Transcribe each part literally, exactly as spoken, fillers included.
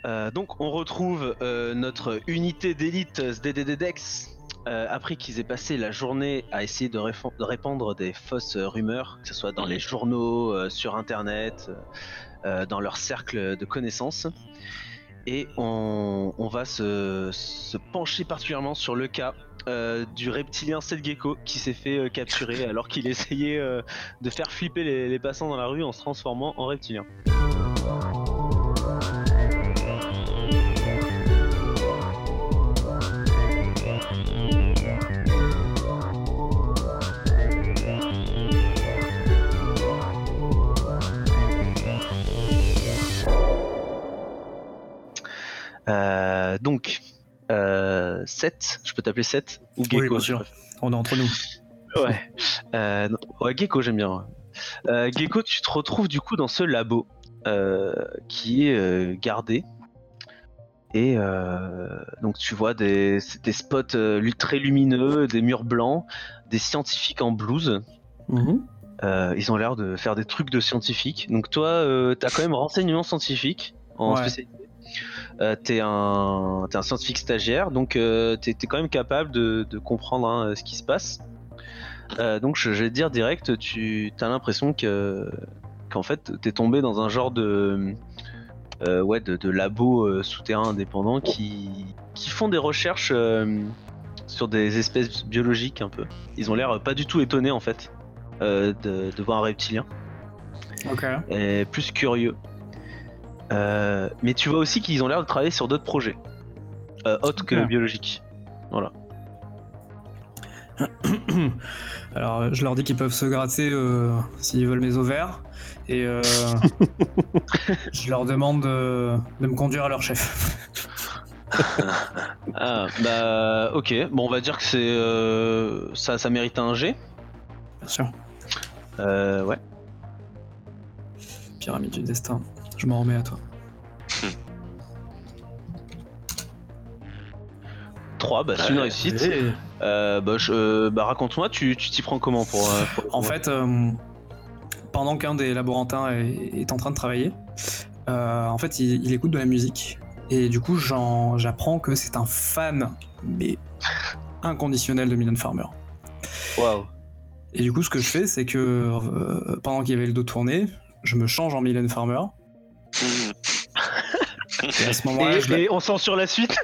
Euh, donc on retrouve euh, notre unité d'élite S D D D Dex euh, après qu'ils aient passé la journée à essayer de, réf- de répandre des fausses euh, rumeurs, que ce soit dans les journaux, euh, sur internet, euh, dans leur cercle de connaissances. Et on, on va se, se pencher particulièrement sur le cas euh, du reptilien Seth Gecko qui s'est fait euh, capturer alors qu'il essayait euh, de faire flipper les, les passants dans la rue en se transformant en reptilien. Euh, donc, euh, Seth, je peux t'appeler Seth ou Gecko? Oui, bien sûr. On est entre nous. Ouais. Euh, ouais, Gecko, j'aime bien. Euh, Gecko, tu te retrouves du coup dans ce labo euh, qui est euh, gardé. Et euh, donc tu vois des, des spots euh, très lumineux, des murs blancs, des scientifiques en blouse. Mmh. Euh, ils ont l'air de faire des trucs de scientifiques. Donc toi, euh, t'as quand même renseignement scientifique en Ouais. spécialité. Euh, t'es un, t'es un scientifique stagiaire, donc euh, t'es, t'es quand même capable de, de comprendre hein, ce qui se passe. Euh, donc je, je vais te dire direct, tu as l'impression que qu'en fait t'es tombé dans un genre de euh, ouais de, de labo euh, souterrain indépendant qui qui font des recherches euh, sur des espèces biologiques un peu. Ils ont l'air pas du tout étonnés en fait euh, de, de voir un reptilien. Ok. Et plus curieux. Euh, mais tu vois aussi qu'ils ont l'air de travailler sur d'autres projets euh, autres Ok. que biologiques. Voilà. Alors, je leur dis qu'ils peuvent se gratter euh, s'ils veulent mes ovaires. Et euh, je leur demande de, de me conduire à leur chef. Ah, bah ok, bon on va dire que c'est euh, ça, ça mérite un G. Bien sûr. Euh, ouais. Pyramide du destin. Je m'en remets à toi. trois, bah c'est une réussite. Et- Euh, bah, je- euh, bah raconte-moi, tu tu t'y prends comment pour, euh, pour le En combat? fait, euh, pendant qu'un des laborantins est, est en train de travailler, euh, en fait, il, il écoute de la musique. Et du coup, j'en- j'apprends que c'est un fan, mais inconditionnel de Mylène Farmer. Waouh. Et du coup, ce que je fais, c'est que euh, pendant qu'il y avait le dos tourné, je me change en Mylène Farmer. Et à ce moment-là, Et, je la... et on censure la suite.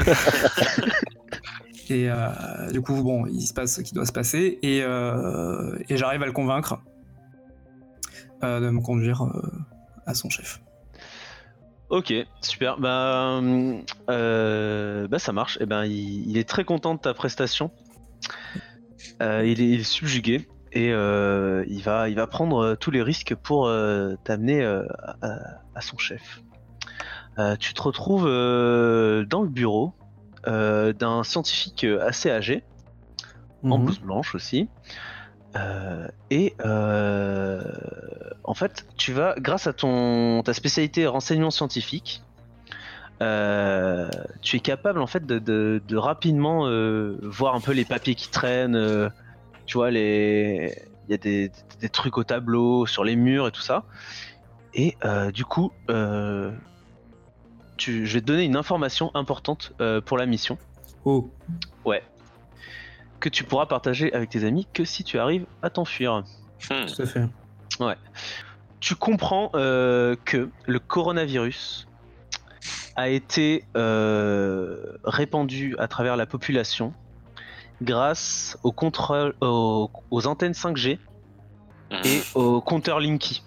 Et euh, du coup, bon, il se passe ce qui doit se passer, et, euh, et j'arrive à le convaincre euh, de me conduire euh, à son chef. Ok, super. Bah, euh, bah ça marche. Et ben il, il est très content de ta prestation. Euh, il, est, il est subjugué et euh, il va il va prendre tous les risques pour euh, t'amener euh, à, à son chef. Euh, tu te retrouves euh, dans le bureau euh, d'un scientifique assez âgé, en Mhm. blouse blanche aussi. Euh, et euh, en fait, tu vas, grâce à ton ta spécialité renseignement scientifique, euh, tu es capable en fait de, de, de rapidement euh, voir un peu les papiers qui traînent. Euh, tu vois, les, il y a des, des trucs au tableau, sur les murs et tout ça. Et euh, du coup, euh, tu, je vais te donner une information importante euh, pour la mission. Oh, Ouais. Que tu pourras partager avec tes amis que si tu arrives à t'enfuir. tout à fait. Ouais. Tu comprends euh, que le coronavirus a été euh, répandu à travers la population grâce au contrôle, aux, aux antennes cinq G et au compteur Linky.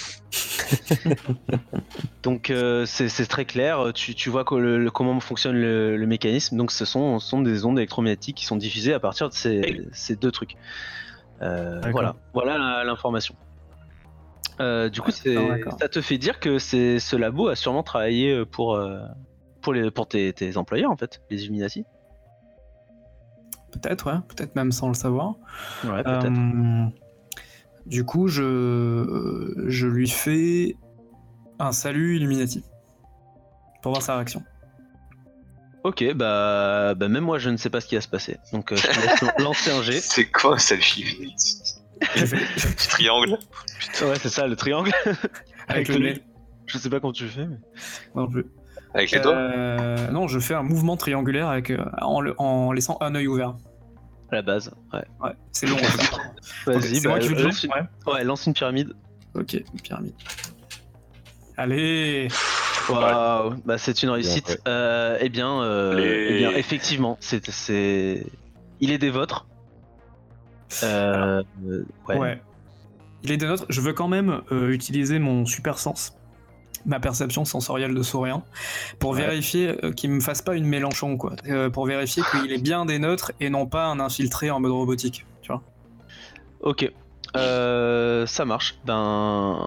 Donc euh, c'est, c'est très clair, tu, tu vois que le, le- comment fonctionne le, le mécanisme. Donc ce sont, ce sont des ondes électromagnétiques qui sont diffusées à partir de ces, ces deux trucs. Euh, voilà, voilà la- l'information. Euh, du coup, c'est, D'accord, d'accord. ça te fait dire que c'est, ce labo a sûrement travaillé pour, euh, pour, les, pour tes, tes employeurs en fait, les Illuminati. Peut-être, ouais, peut-être même sans le savoir. Ouais, peut-être. Euh, du coup, je, je lui fais un salut Illuminati pour voir sa réaction. Ok, bah, bah même moi je ne sais pas ce qui va se passer. Donc euh, je te laisse lancer un G. C'est quoi ça, le chiffre? Je fais Petit triangle. Ouais, c'est ça, le triangle. avec Avec le l'œil. nez. Je sais pas comment tu le fais, mais. Non plus. Avec les doigts euh, Non, je fais un mouvement triangulaire avec, euh, en, le- en laissant un œil ouvert. À la base, ouais. Ouais, c'est long. Ok, Vas-y, c'est bah, moi qui fais le lance jet. une... Ouais. ouais, lance une pyramide. Ok, une pyramide. Allez. Waouh, bah c'est une réussite. ouais. Euh, eh bien, euh, Les- eh bien, effectivement, c'est, c'est, il est des vôtres. Euh, euh, ouais. Ouais. Il est des nôtres. Je veux quand même euh, utiliser mon super sens, ma perception sensorielle de saurien, pour Ouais. vérifier euh, qu'il me fasse pas une Mélenchon, quoi. Euh, pour vérifier qu'il est bien des nôtres et non pas un infiltré en mode robotique, tu vois. Ok. Euh, ça marche. Ben,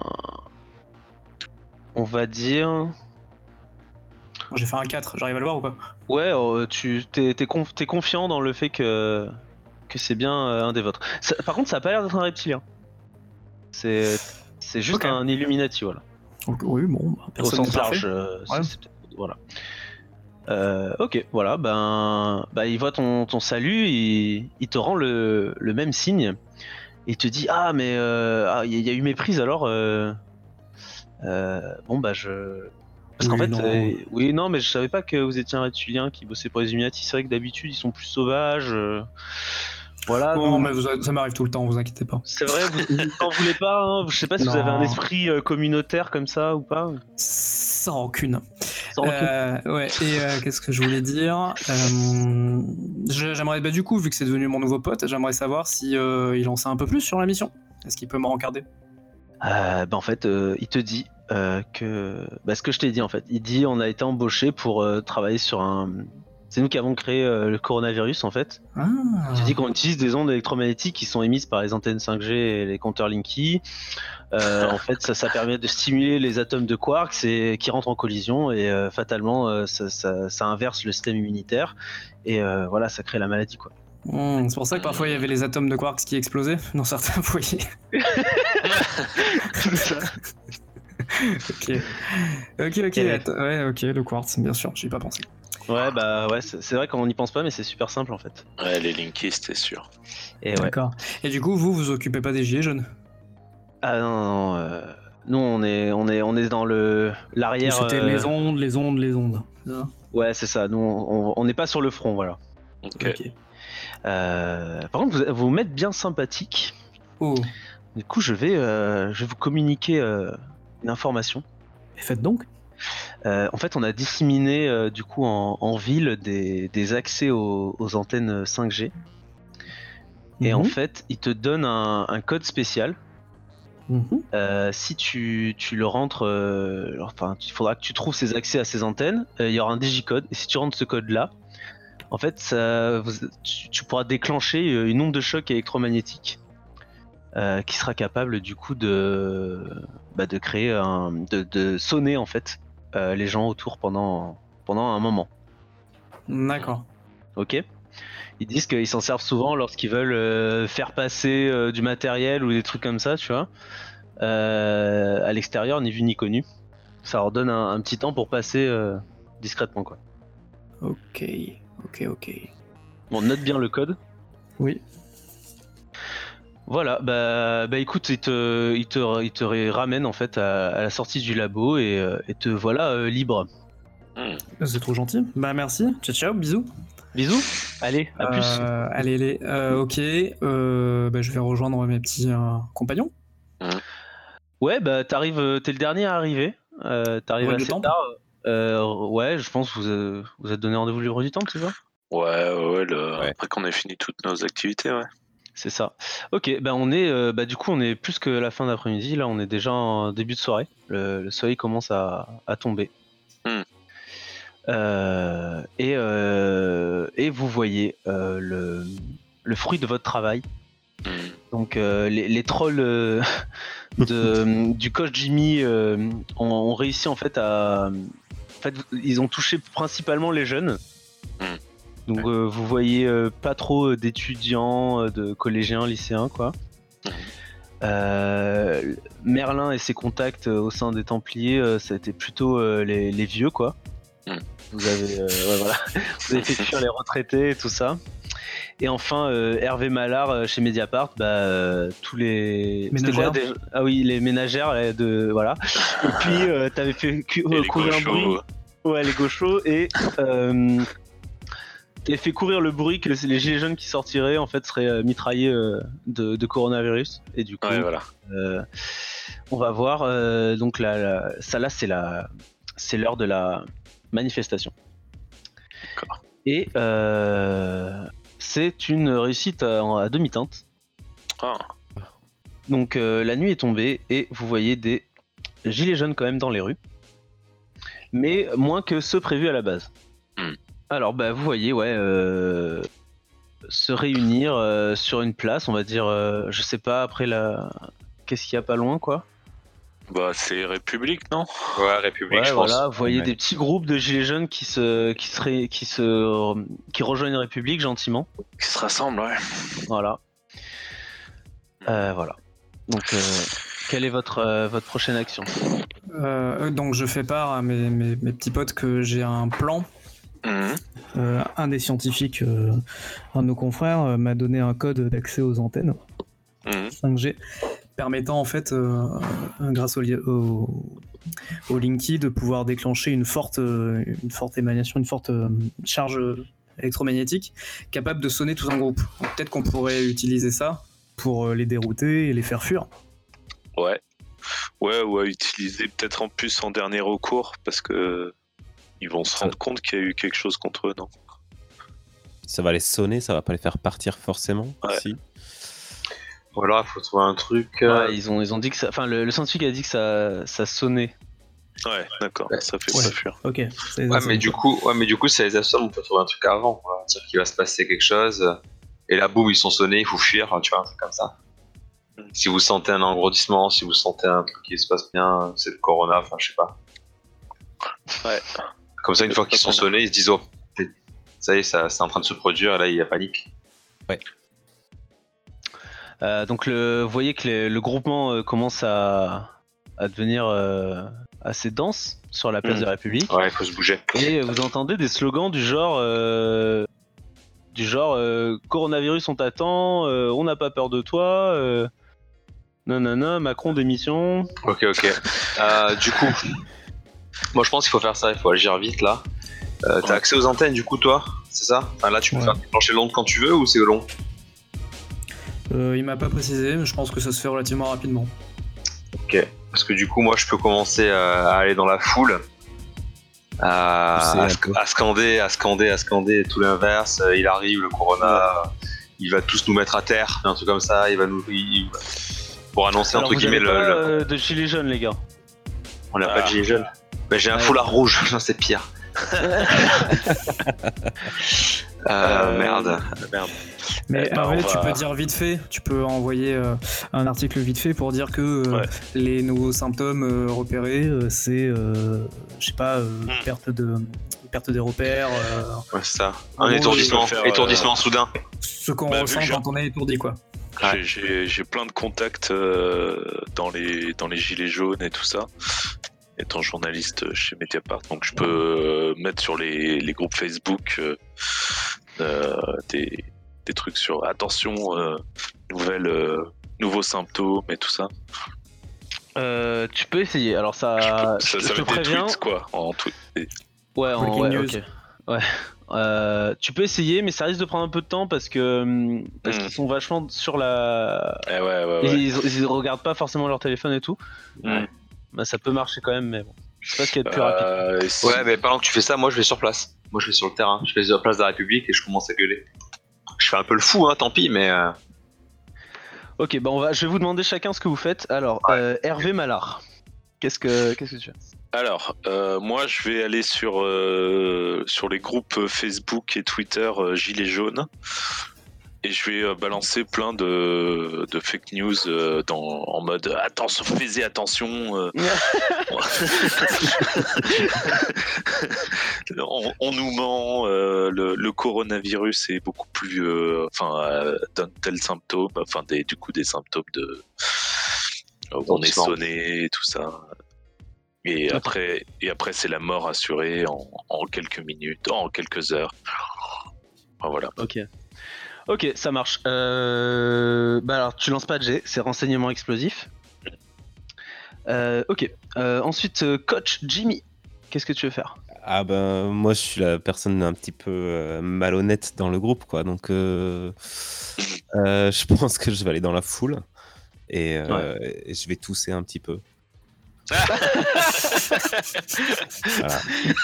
on va dire. J'ai fait un quatre, j'arrive à le voir ou pas? Ouais, euh, tu t'es, t'es, conf- t'es confiant dans le fait que que c'est bien euh, un des vôtres. Ça- par contre, ça a pas l'air d'être un reptilien. C'est c'est juste Ok. un Illuminati, voilà. Donc, oui, bon, bah, Au personne sens n'est parfait. large. euh, c'est- Ouais. c'est peut-être- voilà. Euh, ok, voilà, ben, bah, il voit ton, ton salut, il, il te rend le, le même signe. Il te dit ah mais euh, ah, il y, a- il y a eu méprise alors. euh, euh, bon bah je. Parce qu'en Oui, fait, non. euh, oui non mais je savais pas que vous étiez un reptilien qui bossait pour les Illuminati. C'est vrai que d'habitude ils sont plus sauvages. euh, Voilà. Non, non, mais vous- ça m'arrive tout le temps, vous inquiétez pas. C'est vrai, vous vous n'en voulez pas. Hein, je sais pas si vous Non. avez un esprit euh, communautaire comme ça ou pas. Sans aucune. Sans recul. Euh, ouais, et euh, qu'est-ce que je voulais dire Euh, je- J'aimerais, bah, du coup, vu que c'est devenu mon nouveau pote, j'aimerais savoir si euh, il en sait un peu plus sur la mission. Est-ce qu'il peut me rencarder? Euh, bah en fait, euh, il te dit euh, que. Bah, ce que je t'ai dit en fait. Il dit on a été embauché pour euh, travailler sur un. C'est nous qui avons créé euh, le coronavirus en fait. Ah. Il te dit qu'on utilise des ondes électromagnétiques qui sont émises par les antennes cinq G et les compteurs Linky. Euh, en fait, ça, ça permet de stimuler les atomes de quarks et, qui rentrent en collision et euh, fatalement, euh, ça, ça- ça inverse le système immunitaire et euh, voilà, ça crée la maladie quoi. Hmm, c'est pour ça que parfois il y avait les atomes de quarks qui explosaient dans certains foyers. Ok. Ok, ok, Et- attends, ouais, ok, le quartz, bien sûr, j'y ai pas pensé. Ouais, bah ouais, c'est c'est vrai qu'on n'y pense pas, mais c'est super simple en fait. Ouais, les Linkies, c'était sûr. Et ouais. D'accord. Et du coup, vous, vous occupez pas des gilets jaunes? Ah non, non, non, euh, nous on est, on est, on est dans le l'arrière. C'était euh, les ondes, les ondes, les ondes. C'est ça. Ouais, c'est ça. Nous, on on n'est pas sur le front, voilà. Ok. Ok. Euh, par contre, vous, vous m'êtes bien sympathique. Oh, Du coup, je vais, euh, je vais vous communiquer euh, une information. et faites donc. Euh, en fait, on a disséminé euh, du coup en, en ville des, des accès aux, aux antennes cinq G. Et en Mhm. fait, il te donne un, un code spécial. Mhm. Euh, si tu, tu le rentres, euh, enfin, il faudra que tu trouves ces accès à ces antennes. euh, Il y aura un digicode. Et si tu rentres ce code-là, en fait, ça, vous- tu, tu pourras déclencher euh, une onde de choc électromagnétique euh, qui sera capable du coup de, bah, de créer un, de, de sonner en fait euh, les gens autour pendant, pendant un moment. D'accord. Ok. Ils disent qu'ils s'en servent souvent lorsqu'ils veulent euh, faire passer euh, du matériel ou des trucs comme ça, tu vois. Euh, à l'extérieur, ni vu ni connu. Ça leur donne un, un petit temps pour passer euh, discrètement, quoi. Ok, ok, ok. Bon, note bien le code. Oui. Voilà, bah, bah écoute, il te, il te, il te ramène en fait à, à la sortie du labo et, euh, et te voilà euh, libre. C'est trop gentil. Bah merci. Ciao, ciao, bisous. Bisous, allez, à plus. Euh, allez, allez. Euh, ok. Euh, bah, je vais rejoindre mes petits euh, compagnons. Ouais, bah t'arrives, euh, t'es le dernier à arriver. Euh, T'arrives Rue du assez Temple. tard. Euh, ouais, je pense que vous, euh, vous êtes donné rendez-vous le du temps, tu vois. Ouais, ouais, ouais, le- Ouais. après qu'on ait fini toutes nos activités, ouais. C'est ça. Ok, bah on est, euh, bah du coup on est plus que la fin d'après-midi. Là, on est déjà en début de soirée. Le, le soleil commence à, à tomber. Hmm. Euh, et, euh, et vous voyez euh, le, le fruit de votre travail. Hmm. Donc euh, les, les trolls euh, de, du coach Jimmy euh, ont, ont réussi en fait à, en fait ils ont touché principalement les jeunes. Mm. Donc euh, vous voyez euh, pas trop d'étudiants, euh, de collégiens, lycéens quoi. Mm. Euh, Merlin et ses contacts euh, au sein des Templiers, euh, ça a été plutôt euh, les, les vieux quoi. Mm. Vous avez, euh, ouais, voilà. Vous avez fait fuir les retraités et tout ça. Et enfin, euh, Hervé Mallard euh, chez Mediapart, bah, euh, tous les. C'était quoi, Ménagères. déjà Ah oui, les ménagères là, de. Voilà. Et puis, euh, t'avais fait cu- Et euh, les courir un gauchos, bruit. euh, Ouais, les gauchos et euh, t'as fait courir le bruit que les gilets jaunes qui sortiraient en fait seraient euh, mitraillés euh, de, de coronavirus et du coup Ouais, voilà. euh, on va voir euh, donc la, la- ça là c'est la c'est l'heure de la manifestation. D'accord. Et euh, c'est une réussite à, à demi-teinte. Ah, Donc euh, la nuit est tombée et vous voyez des gilets jaunes quand même dans les rues, mais moins que ceux prévus à la base. Hmm. Alors bah vous voyez ouais euh, se réunir euh, sur une place, on va dire, euh, je sais pas après la, qu'est-ce qu'il y a pas loin quoi. bah c'est République, non? Ouais, République, Ouais je pense. voilà, vous voyez Ouais. des petits groupes de gilets jaunes qui se qui seraient qui se qui rejoignent République gentiment. Qui se rassemblent, ouais. Voilà. Euh, voilà. Donc euh, quelle est votre euh, votre prochaine action? Euh, donc je fais part à mes, mes, mes petits potes que j'ai un plan. Mhm. Euh, un des scientifiques, euh, un de nos confrères, euh, m'a donné un code d'accès aux antennes Mhm. cinq G permettant en fait, euh, grâce au, li- au, au Linky, de pouvoir déclencher une forte, euh, une forte émanation, une forte euh, charge électromagnétique capable de sonner tout un groupe. Donc, peut-être qu'on pourrait utiliser ça pour euh, les dérouter et les faire fuir. Ouais. Ouais, ou à utiliser peut-être en plus en dernier recours parce que ils vont se Ça- rendre compte qu'il y a eu quelque chose contre eux, non? Ça va les sonner, ça va pas les faire partir forcément. Ouais. Si. Ou alors, il faut trouver un truc. euh, Ouais, ils ont ils ont dit que ça, enfin le, le scientifique a dit que ça ça sonnait. Ouais, d'accord, Ouais. ça fait Ouais. pas fuir. Ok. C'est- Ouais, c'est- mais du coup, ouais, mais du coup, ça les assomme. On peut trouver un truc avant. On va dire qu'il va se passer quelque chose. Et là, boum, ils sont sonnés. Il faut fuir. Tu vois, un truc comme ça. Mm. Si vous sentez un engourdissement, si vous sentez un truc qui se passe bien, c'est le corona. Enfin, je sais pas. Ouais. Comme ça, une fois qu'ils sont sonnés, ils se disent, oh, ça y est, ça, c'est en train de se produire. Et là, il y a panique. Euh, donc le, vous voyez que les- le groupement euh, commence à, à devenir euh, assez dense sur la place Mm. de la République. Ouais, il faut se bouger. Et vous entendez des slogans du genre euh, du genre euh, coronavirus on t'attend, euh, on n'a pas peur de toi, euh, nanana, Macron démission. Ok, ok. Euh, du coup, moi je pense qu'il faut faire ça, il faut agir vite là. Euh, T'as Ouais. accès aux antennes du coup, toi? C'est ça? Enfin, là, tu peux Ouais. faire déclencher l'onde quand tu veux ou c'est long? Euh, il m'a pas précisé, mais je pense que ça se fait relativement rapidement. Ok. Parce que du coup, moi je peux commencer à, à aller dans la foule, à, Pousser à, un sc- peu. à scander, à scander, à scander tout l'inverse. Euh, Il arrive, le corona, il va tous nous mettre à terre, un truc comme ça. Il va nous. il- pour annoncer Alors entre vous guillemets avez le. pas le- euh, de gilets jaunes les gars. On n'a pas de Ah. gilet jaune. Bah, j'ai un Ouais. foulard rouge, non, c'est pire. euh, Euh, merde. Merde. Mais Eh ben, en vrai, on tu va- peux dire vite fait, tu peux envoyer euh, un article vite fait pour dire que euh, Ouais. les nouveaux symptômes euh, repérés, euh, c'est, euh, je sais pas, euh, Hmm. perte de perte des repères, euh, Ouais, c'est ça. En Un gros, étourdissement, je peux faire, étourdissement soudain. ce qu'on Bah, vu ressent que j'ai- quand on est étourdi, quoi. Ouais. J'ai- J'ai j'ai plein de contacts euh, dans les dans les gilets jaunes et tout ça. Étant journaliste chez Mediapart, donc je peux euh, mettre sur les, les groupes Facebook euh, euh, des, des trucs sur attention, euh, nouvelles, euh, nouveaux symptômes et tout ça. Euh, tu peux essayer. Alors ça, Je peux- je, ça, je ça te va être des préviens. tweets quoi, en tweet. Et- Ouais, en, Breaking ouais, news. ok. Ouais. Euh, tu peux essayer, mais ça risque de prendre un peu de temps parce que hum, parce Hmm. qu'ils sont vachement sur la. Eh ouais, ouais, ouais. Ils, ils regardent pas forcément leur téléphone et tout. Hmm. Bah, ça peut marcher quand même, mais bon. Je sais pas ce qu'il y a de plus rapide. Euh, et si- Ouais, mais pendant que tu fais ça, moi je vais sur place. Moi je vais sur le terrain. Je vais sur la place de la République et je commence à gueuler. Je fais un peu le fou, hein, tant pis, mais. euh, Ok, bah on va. Je vais vous demander chacun ce que vous faites. Alors, euh, Hervé Mallard, qu'est-ce que qu'est-ce que tu fais? Alors, euh, moi, je vais aller sur, euh, sur les groupes Facebook et Twitter euh, Gilets jaunes et je vais euh, balancer plein de, de fake news euh, dans, en mode attention, faites attention. euh. on, on nous ment, euh, le, le coronavirus est beaucoup plus. euh, Enfin, euh, donne tel symptôme, enfin, des, du coup, des symptômes de. euh, on est Étourdissement. sonné et tout ça. Et après, et après c'est la mort assurée en, en quelques minutes, en quelques heures. Enfin, voilà. Ok. Ok, ça marche. Euh... Bah alors, tu lances pas de G, c'est renseignement explosif. Euh, ok. Euh, ensuite, euh, coach Jimmy, qu'est-ce que tu veux faire? Ah ben moi je suis la personne un petit peu euh, malhonnête dans le groupe quoi, donc euh, euh, je pense que je vais aller dans la foule et, euh, et je vais tousser un petit peu. Voilà.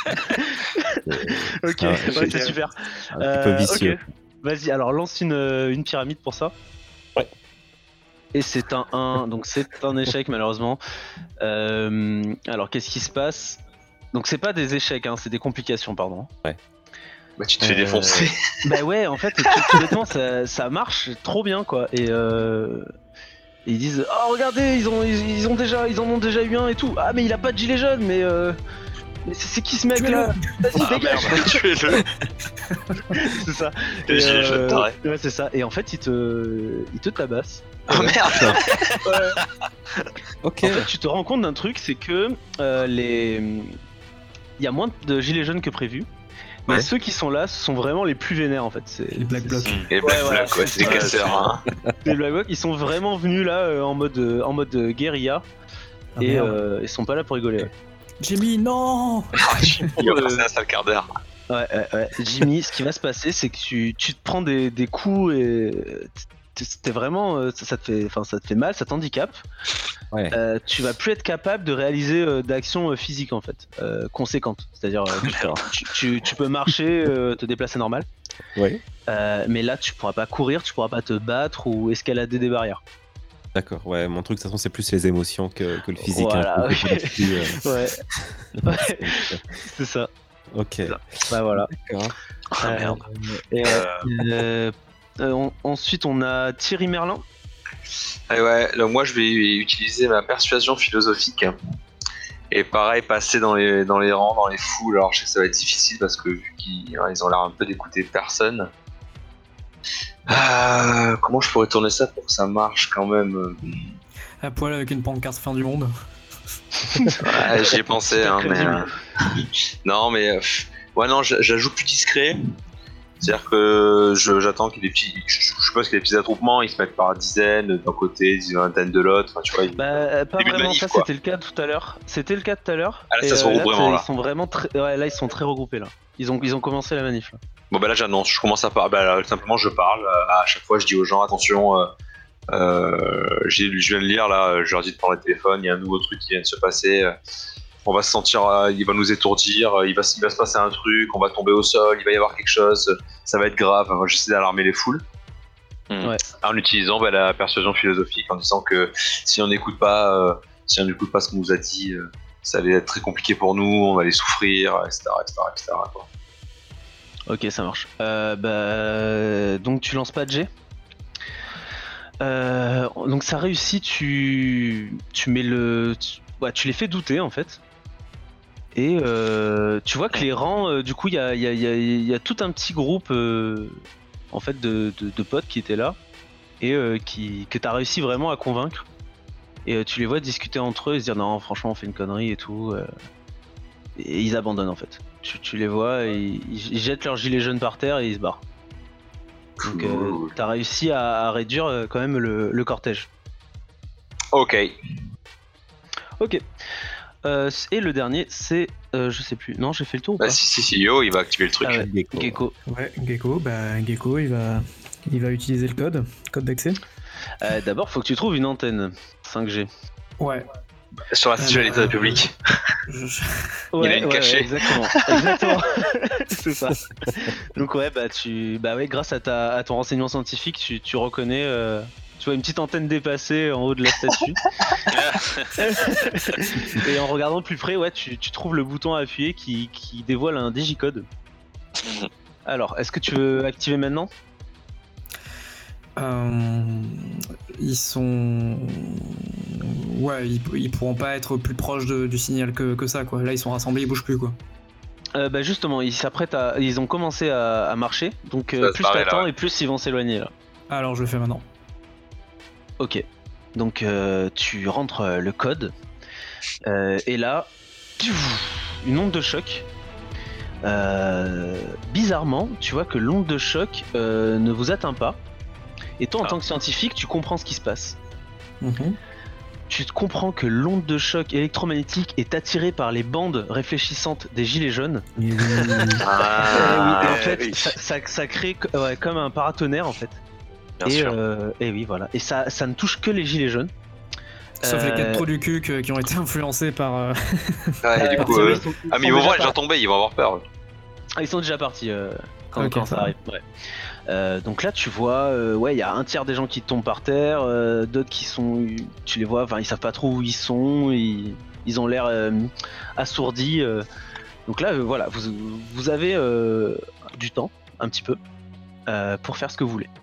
Ok, Ah, ouais, j'ai- c'est super. Un petit Euh, peu vicieux. ok. Vas-y, alors lance une, euh, une pyramide pour ça. Ouais. Et c'est un un, donc c'est un échec malheureusement. Euh, alors qu'est-ce qui se passe? Donc c'est pas des échecs, hein, c'est des complications, pardon. Bah, tu te fais Euh, défoncer. Bah ouais, en fait, tout, tout bêtement, ça, ça marche trop bien, quoi. Et euh, ils disent, oh regardez, ils ont, ils, ils ont déjà, ils en ont déjà eu un et tout. Ah mais il a pas de gilet jaune, mais, euh, mais c'est, c'est qui ce mec là? Vas-y, Ah dégage. merde, tuez-le. C'est ça. Le Et, gilet jaune, euh, taré. ouais, c'est ça. Et en fait, ils te, ils te tabassent. Oh merde. Ouais. Ok. En fait, tu te rends compte d'un truc, c'est que euh, les, il y a moins de gilets jaunes que prévu. Mais Ouais. ceux qui sont là sont vraiment les plus vénères en fait. C'est, Les Black Blocs. Et Black Ouais, Black, ouais. ouais, c'est des Ouais, casseurs. Hein. Les Black Blocs, ils sont vraiment venus là euh, en mode euh, en mode euh, guérilla Ah, et merde. euh, ils sont pas là pour rigoler. Ouais, Jimmy, non. Il va passer un sale quart d'heure. ouais, ouais, ouais. Jimmy, ce qui va se passer, c'est que tu, tu te prends des, des coups et t'es, t'es vraiment euh, ça, ça te fait, enfin ça te fait mal, ça t'handicape. Ouais. Euh, tu vas plus être capable de réaliser euh, d'actions euh, physiques en fait, euh, conséquentes. C'est-à-dire, euh, tu, tu, tu peux marcher, euh, te déplacer normal, Ouais. euh, mais là tu pourras pas courir, tu pourras pas te battre ou escalader des barrières. D'accord. Ouais. Mon truc de toute façon c'est plus les émotions que, que le physique. Voilà, hein, je ok. peux pas plus, euh, Ouais, ouais, c'est ça. Ok. Bah voilà. D'accord. Ah Euh, merde. et, euh, euh, euh, on- ensuite on a Thierry Merlin. Et ouais, là, moi je vais utiliser ma persuasion philosophique. Et pareil, passer dans les, dans les rangs, dans les foules. Alors je sais que ça va être difficile parce que vu qu'ils hein, ils ont l'air un peu d'écouter personne. Ah, comment je pourrais tourner ça pour que ça marche quand même? À poil avec une pancarte fin du monde. Ouais, j'y ai pensé, Super hein, mais. crédible. euh, non, mais. euh, pff, ouais, non, j'- j'ajoute plus discret. C'est-à-dire que je- j'attends qu'il y ait des petits. Je, je suppose qu'il y a des petits attroupements, ils se mettent par dizaines d'un côté, des vingtaines de l'autre. Enfin, tu vois, ils- Bah euh, pas Début de vraiment, manif, ça quoi. c'était le cas tout à l'heure. C'était le cas tout à l'heure. Ah, là, Et, ça se euh, regroupe vraiment, t'as- là. Ils sont vraiment très, ouais, là ils sont très regroupés là. Ils ont, ils ont commencé la manif là. Bon, bah là, j'annonce, je commence à parler. Bah, là, simplement, je parle. euh, À chaque fois, je dis aux gens attention, euh, euh, j'ai- je viens de lire là, je leur dis de prendre le téléphone, il y a un nouveau truc qui vient de se passer. euh, On va se sentir, euh, il va nous étourdir, euh, il va, il va se passer un truc, on va tomber au sol, il va y avoir quelque chose, euh, ça va être grave. Enfin, j'essaie d'alarmer les foules. Mm. Ouais. En utilisant bah, la persuasion philosophique, en disant que si on n'écoute pas, euh, si on n'écoute pas ce qu'on nous a dit, euh, ça allait être très compliqué pour nous, on va aller souffrir, et cetera, et cetera, et cetera quoi. Ok, ça marche. Euh, bah, donc tu lances pas de G. Euh, donc ça réussit, tu, tu mets le, tu, ouais, tu les fais douter en fait. Et euh, tu vois que les rangs, euh, du coup, il y a, il y, a, il y a- il y a tout un petit groupe euh, en fait de, de- de potes qui étaient là et euh, qui, que tu as réussi vraiment à convaincre. Et euh, tu les vois discuter entre eux et se dire non, franchement, on fait une connerie et tout. euh. Et ils abandonnent en fait. Tu, tu les vois, et ils, ils jettent leur gilet jaune par terre et ils se barrent. Donc euh, Cool. t'as réussi à, à réduire euh, quand même le, le cortège. Ok. Ok. Euh, et le dernier, c'est, euh, je sais plus. Non, j'ai fait le tour ou pas Bah, si, si, si, yo, il va activer le truc. Ah ouais. Gecko. Gecko. Ouais, Gecko, bah Gecko, il va, il va utiliser le code, code d'accès. Euh, D'abord, faut que tu trouves une antenne cinq G. Ouais. Sur la titularisation Euh, publique. Je- je- Ouais, a une ouais, cachée. ouais, exactement. Exactement. C'est ça. Donc ouais, bah tu, bah ouais, grâce à ta, à ton renseignement scientifique, tu, tu reconnais, euh, tu vois une petite antenne dépassée en haut de la statue. Et en regardant de plus près, ouais, tu, tu trouves le bouton à appuyer qui, qui dévoile un digicode. Alors, est-ce que tu veux activer maintenant? Euh, ils sont. Ouais, ils, ils pourront pas être plus proches de- du signal que, que ça, quoi. Là, ils sont rassemblés, ils bougent plus, quoi. Euh, bah justement, ils s'apprêtent à, ils ont commencé à, à marcher, donc Ça euh, va se plus barrer, là, t'attends ouais. et plus ils vont s'éloigner là. Alors, je le fais maintenant. Ok. Donc euh, tu rentres euh, le code euh, et là, une onde de choc. Euh, bizarrement, tu vois que l'onde de choc euh, ne vous atteint pas. Et toi, en Ah. tant que scientifique, tu comprends ce qui se passe. Mhm. tu comprends que l'onde de choc électromagnétique est attirée par les bandes réfléchissantes des gilets jaunes. Et- Ah, et, oui, et en fait, oui. ça, ça, ça crée ouais, comme un paratonnerre en fait. Bien et, sûr. euh, et oui, voilà. Et ça, ça ne touche que les gilets jaunes. Sauf les Euh, quatre trous du cul que- qui ont été influencés par. euh, ouais, du euh, coup, ils euh, sont- ils ah, mais sont ils vont déjà voir les par- gens tomber, ils vont avoir peur. Ah, ils sont déjà partis euh, quand, Ok, quand ça ça va. arrive. Ouais. Euh, donc là, tu vois, euh, ouais, il y a un tiers des gens qui tombent par terre, euh, d'autres qui sont, tu les vois, enfin, ils savent pas trop où ils sont, ils, ils ont l'air euh, assourdis. euh. Donc là, euh, voilà, vous, vous avez euh, du temps, un petit peu, euh, pour faire ce que vous voulez.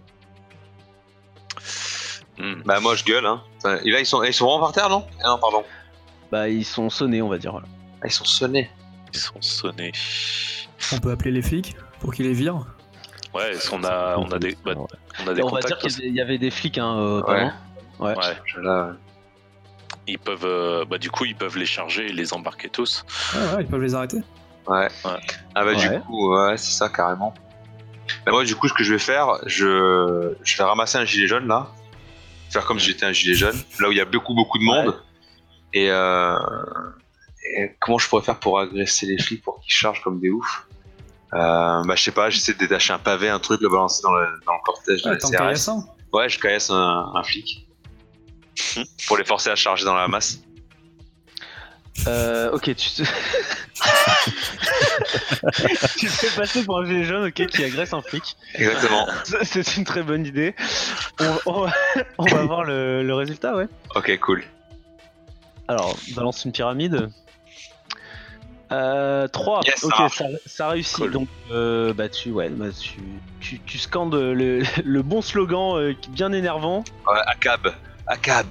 Hmm. Bah, moi je gueule, hein. Enfin, et là, ils sont, ils sont vraiment par terre, non? Ah non, pardon. Bah, ils sont sonnés, on va dire. Voilà. Ah, ils sont sonnés. Ils sont sonnés. On peut appeler les flics pour qu'ils les virent. Ouais, est-ce qu'on a, on a des, bah, Ouais. on a des on va dire contacts. qu'il y avait des flics, hein, euh, pendant. Ouais. Ouais. Je- Là, Ils peuvent, euh, bah du coup, ils peuvent les charger et les embarquer tous. Ouais, ouais, ils peuvent les arrêter. ouais. Ouais. Ah, bah, du Ouais. coup, ouais, c'est ça, carrément. Bah, moi, du coup, ce que je vais faire, je, je vais ramasser un gilet jaune là. Faire comme si j'étais un gilet jaune, là où il y a beaucoup, beaucoup de monde. Et, euh, et comment je pourrais faire pour agresser les flics pour qu'ils chargent comme des oufs? Euh, bah, je sais pas, j'essaie de détacher un pavé, un truc, le balancer dans le, dans le cortège de Ouais, la tant C R S. qu'à Ouais, je caillasse un, un flic. Pour les forcer à charger dans la masse. Euh, ok, tu te... tu te fais passer pour un gilet jaune, ok, qui agresse un flic. Exactement. Ça, c'est une très bonne idée. On, on va, on va voir le, le résultat, ouais. Ok, cool. Alors, balance une pyramide. Euh, trois. Yes, ça ok, marche. ça, ça réussit. Cool. Donc, euh, bah, tu, ouais, bah, tu, tu, tu scandes le, le bon slogan euh, bien énervant. Ouais, à cab. À cab.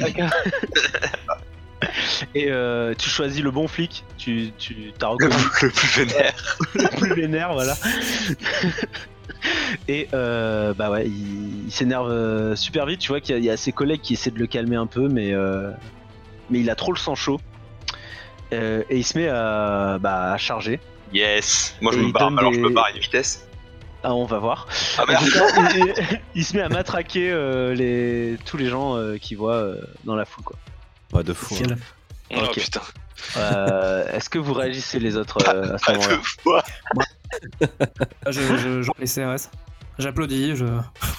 Et euh, tu choisis le bon flic. Tu, tu t'as Le, reconnu le plus vénère. le plus vénère, voilà. Et euh, bah ouais, il, il s'énerve euh, super vite. Tu vois qu'il y, a- il y a ses collègues qui essaient de le calmer un peu, mais euh, mais il a trop le sang chaud. Euh, et il se met à, bah, à charger. Yes. Moi, je Et me il barre. donne Alors, des- je me barre à une vitesse. Ah, on va voir. Ah En merde. tout cas, il, il- il se met à matraquer euh, les, tous les gens euh, qu'il voit euh, dans la foule, quoi. Pas de fou. hein. Quel- Oh Ok. putain. Euh, Est-ce que vous réagissez les autres euh, à ce Pas moment-là? de fois. Ah, je, je, je les C R S. J'applaudis, je.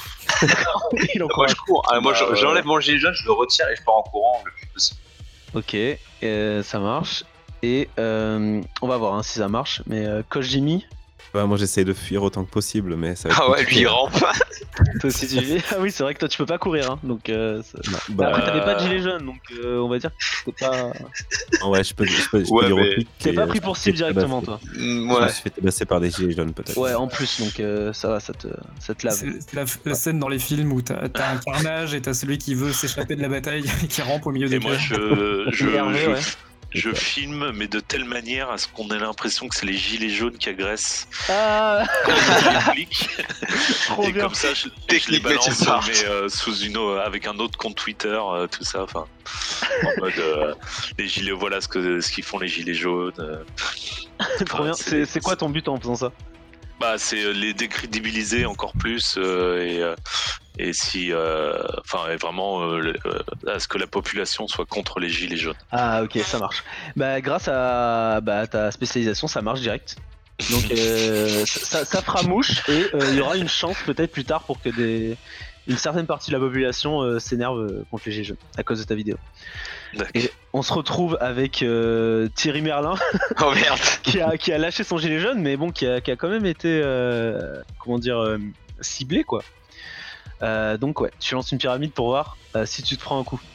Il Moi, encourage. je cours. Ah, moi, Bah, je- ouais. j'enlève mon gilet jaune, je le retire et je pars en courant le plus possible. Ok, euh, ça marche. Et euh, on va voir hein, si ça marche. Mais euh, Coach Jimmy, Ouais, moi j'essaie de fuir autant que possible, mais ça va être Ah ouais, compliqué. lui, il rampe. toi aussi tu vis. Ah oui, c'est vrai que toi tu peux pas courir. Hein, donc, euh, ça- Non, Bah, bah, après, t'avais pas de euh, gilet jaune, donc euh, on va dire que c'est pas. ouais, je peux, je peux, je peux Ouais, dire au mais flic T'es et, pas euh, pris je pour me cible fais directement, tabasser. toi. Mm, Je me Ouais. suis fait tabasser par des gilets jaunes peut-être. Ouais, en plus, donc euh, ça va, ça te, ça te lave. C'est c'est la, la scène dans les films où t'as t'as un carnage et t'as celui qui veut s'échapper de la bataille et qui rampe au milieu des Et moi, pieds. je, je, Hervé, je, ouais. je filme, mais de telle manière à ce qu'on ait l'impression que c'est les gilets jaunes qui agressent Ah, les flics. trop Et bien. comme ça, je, je les Technique balance, Mathieu Smart. mais euh, sous une, au- avec un autre compte Twitter, euh, tout ça. Enfin, en mode euh, les gilets, voilà ce que ce qu'ils font les gilets jaunes. euh. Trop bien. c'est- C'est c'est quoi ton but en faisant ça? Bah, c'est euh, les décrédibiliser encore plus euh, et euh, et si, euh, enfin, et vraiment euh, le- euh, à ce que la population soit contre les gilets jaunes. Ah, ok, ça marche. Bah, grâce à bah, ta spécialisation, ça marche direct. Donc, euh, ça, ça fera mouche et euh, il y aura une chance peut-être plus tard pour que des, une certaine partie de la population euh, s'énerve euh, contre les gilets jaunes à cause de ta vidéo. D'accord. Et on se retrouve avec euh, Thierry Merlin Oh merde. qui a, qui a lâché son gilet jaune, mais bon, qui a, qui a quand même été, euh, comment dire, euh, ciblé quoi. Euh, donc, ouais, tu lances une pyramide pour voir euh, si tu te prends un coup.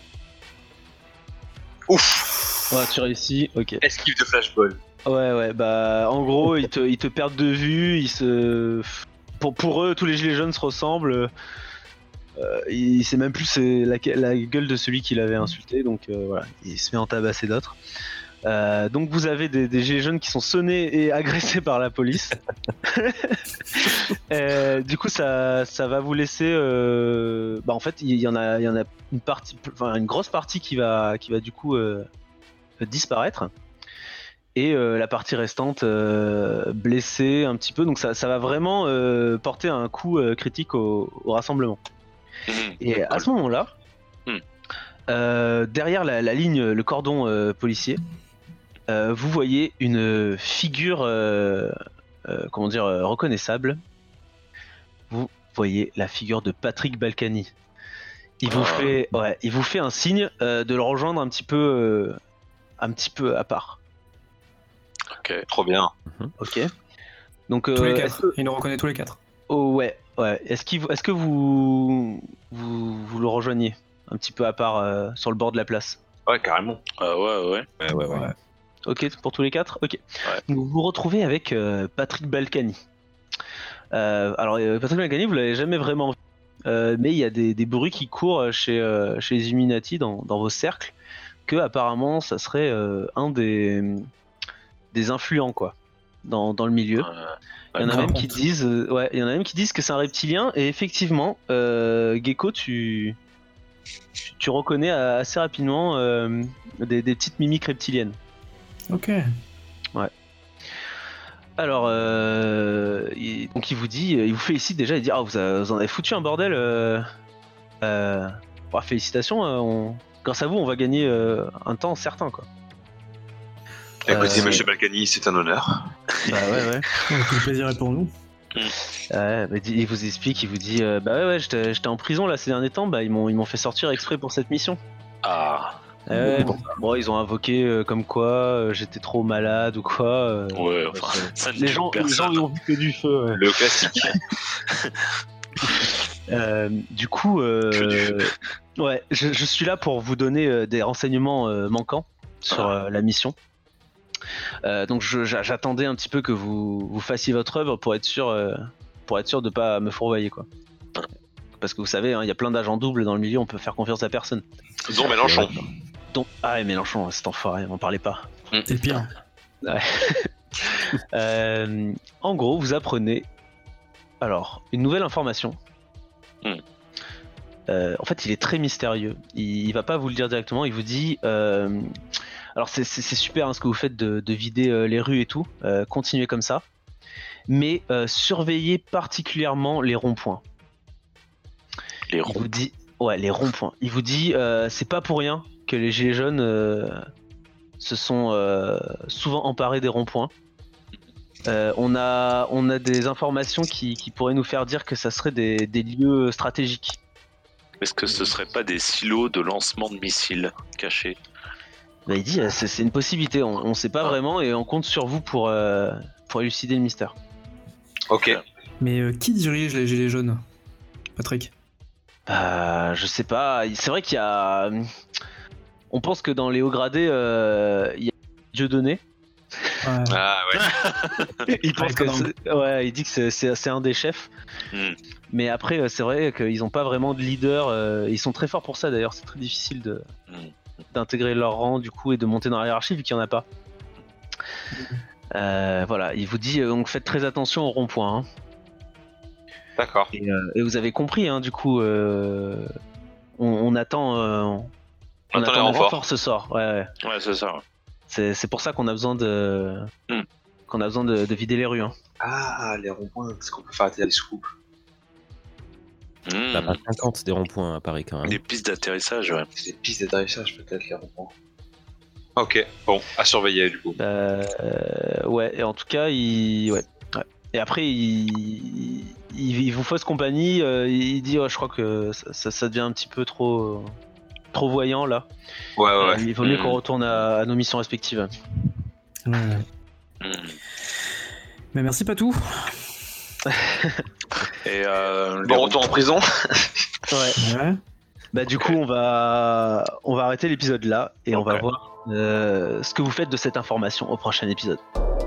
Ouf. Ouais, tu réussis, ok. Esquive de flashball. Ouais, ouais, bah en gros, ils te, ils te perdent de vue, ils se. Pour, pour eux, tous les gilets jaunes se ressemblent. Euh, il sait même plus c'est la, la gueule de celui qui l'avait insulté, donc euh, voilà, il se met en tabasser d'autres. Euh, donc vous avez des, des gilets jaunes qui sont sonnés et agressés par la police. Euh, du coup, ça, ça va vous laisser. Euh... Bah en fait, il y, y en a, il y en a une partie, enfin une grosse partie qui va, qui va du coup euh, disparaître. Et euh, la partie restante euh, blessée un petit peu, donc ça, ça va vraiment euh, porter un coup euh, critique au, au rassemblement. Mhm. Et à ce moment-là, Hmm. euh, derrière la, la ligne, le cordon euh, policier, euh, vous voyez une figure, euh, euh, comment dire, euh, reconnaissable. Vous voyez la figure de Patrick Balkany. Il vous Ah. fait, ouais, il vous fait un signe euh, de le rejoindre un petit peu, euh, un petit peu à part. Ok. Trop bien. Ok. Donc, Tous les euh, est-ce quatre. que- Il nous reconnaît tous les quatre. oh, ouais, ouais. Est-ce qu'il, est-ce que vous, vous, vous le rejoignez un petit peu à part euh, sur le bord de la place? Ouais, carrément. Ah ouais, ouais. Ouais, ouais, ouais. Ouais. Ok, pour tous les quatre. Ok. Ouais. Vous vous retrouvez avec euh, Patrick Balkany. Euh, alors, euh, Patrick Balkany, vous l'avez jamais vraiment vu, euh, mais il y a des, des bruits qui courent chez, euh, chez les Illuminati dans, dans vos cercles, que apparemment, ça serait euh, un des, des influents quoi, dans, dans le milieu. Euh, Il y en a grave même qui honte. disent, euh, ouais, il y en a même qui disent que c'est un reptilien. Et effectivement, euh, Gecko, tu, tu, tu reconnais assez rapidement euh, des, des petites mimiques reptiliennes. Ok. Alors, euh, il, donc il vous dit, il vous félicite déjà, il dit, ah vous, avez- vous en avez foutu un bordel. Euh, euh, bah, félicitations, euh, on- grâce à vous, on va gagner euh, un temps certain quoi. Écoutez, Euh, monsieur Balkany, c'est un honneur. Bah ouais ouais. Ouais, tout le plaisir est pour nous. Ouais, bah, il vous explique, il vous dit, euh, bah ouais ouais, j'étais j'étais en prison là ces derniers temps, bah ils m'ont ils m'ont fait sortir exprès pour cette mission. Ah, Ouais, bon, ils ont invoqué euh, comme quoi euh, j'étais trop malade ou quoi. euh, ouais, enfin, ça ne les dit gens, les gens personne. ils ont vu que du feu. Ouais. Le classique. Euh, du coup, euh, Que du feu. ouais, je, je suis là pour vous donner euh, des renseignements euh, manquants sur Ah. euh, la mission. Euh, donc je- j'a- j'attendais un petit peu que vous, vous fassiez votre œuvre pour être sûr, euh, pour être sûr de pas me fourvoyer quoi. Parce que vous savez, hein, il y a plein d'agents doubles dans le milieu, on peut faire confiance à personne. Dont Mélenchon. Donc ah ouais, Mélenchon, cet enfoiré, m'en parlez pas. C'est le pire. Euh, en gros, vous apprenez alors une nouvelle information. Hmm. Euh, en fait, il est très mystérieux. Il, il va pas vous le dire directement. Il vous dit. euh, alors, c'est, c'est- c'est super hein, ce que vous faites de, de vider euh, les rues et tout. Euh, continuez comme ça. Mais euh, surveillez particulièrement les ronds-points. Les Il ronds. vous dit. Ouais, les ronds-points. Il vous dit. euh, c'est pas pour rien que les gilets jaunes euh, se sont euh, souvent emparés des ronds-points. Euh, on, a, on a des informations qui, qui pourraient nous faire dire que ça serait des, des lieux stratégiques. Est-ce que ce serait pas des silos de lancement de missiles cachés? Bah, il dit euh, c'est, c'est une possibilité, on, on sait pas vraiment et on compte sur vous pour, euh, pour élucider le mystère. Ok. Mais euh, qui dirige les Gilets jaunes, Patrick? Bah, je sais pas, c'est vrai qu'il y a. On pense que dans les hauts gradés, euh, il y a Dieudonné. Ouais. Ah ouais. Il pense Ouais, que quand même. c'est- ouais, il dit que c'est, c'est, c'est un des chefs. Hmm. Mais après, euh, c'est vrai qu'ils ont pas vraiment de leader. euh, Ils sont très forts pour ça d'ailleurs. C'est très difficile de, Hmm. d'intégrer leur rang du coup et de monter dans la hiérarchie vu qu'il y en a pas. Euh, voilà, il vous dit euh, donc faites très attention au rond-point. Hein. D'accord. Et, euh, et vous avez compris, hein, du coup, euh, on, on attend, euh, on, On attend les des renforts. renforts ce soir. Ouais, ouais. Ouais, c'est ça. C'est, c'est pour ça qu'on a besoin de, Hmm. qu'on a besoin de, de vider les rues. Hein. Ah, les ronds-points. Est-ce qu'on peut faire arrêter les scoops? Hmm. T'as pas cinquante des ronds-points à Paris quand même. Des pistes d'atterrissage, ouais. C'est des pistes d'atterrissage peut-être, les ronds-points. Ok, bon, à surveiller du coup. Euh, euh, ouais, et en tout cas, il, ouais, ouais. Et après, il, il, il vous fausse compagnie. euh, il dit, ouais, je crois que ça, ça, ça devient un petit peu trop, trop voyant là. Ouais, ouais, Euh, ouais. il vaut mieux Hmm. qu'on retourne à, à nos missions respectives. Ouais. Hmm. Mais merci Patou. Et euh, les Bon retour en prison. Ouais. Ouais. Bah du coup on va on va arrêter l'épisode là et on va Ok. voir euh, ce que vous faites de cette information au prochain épisode.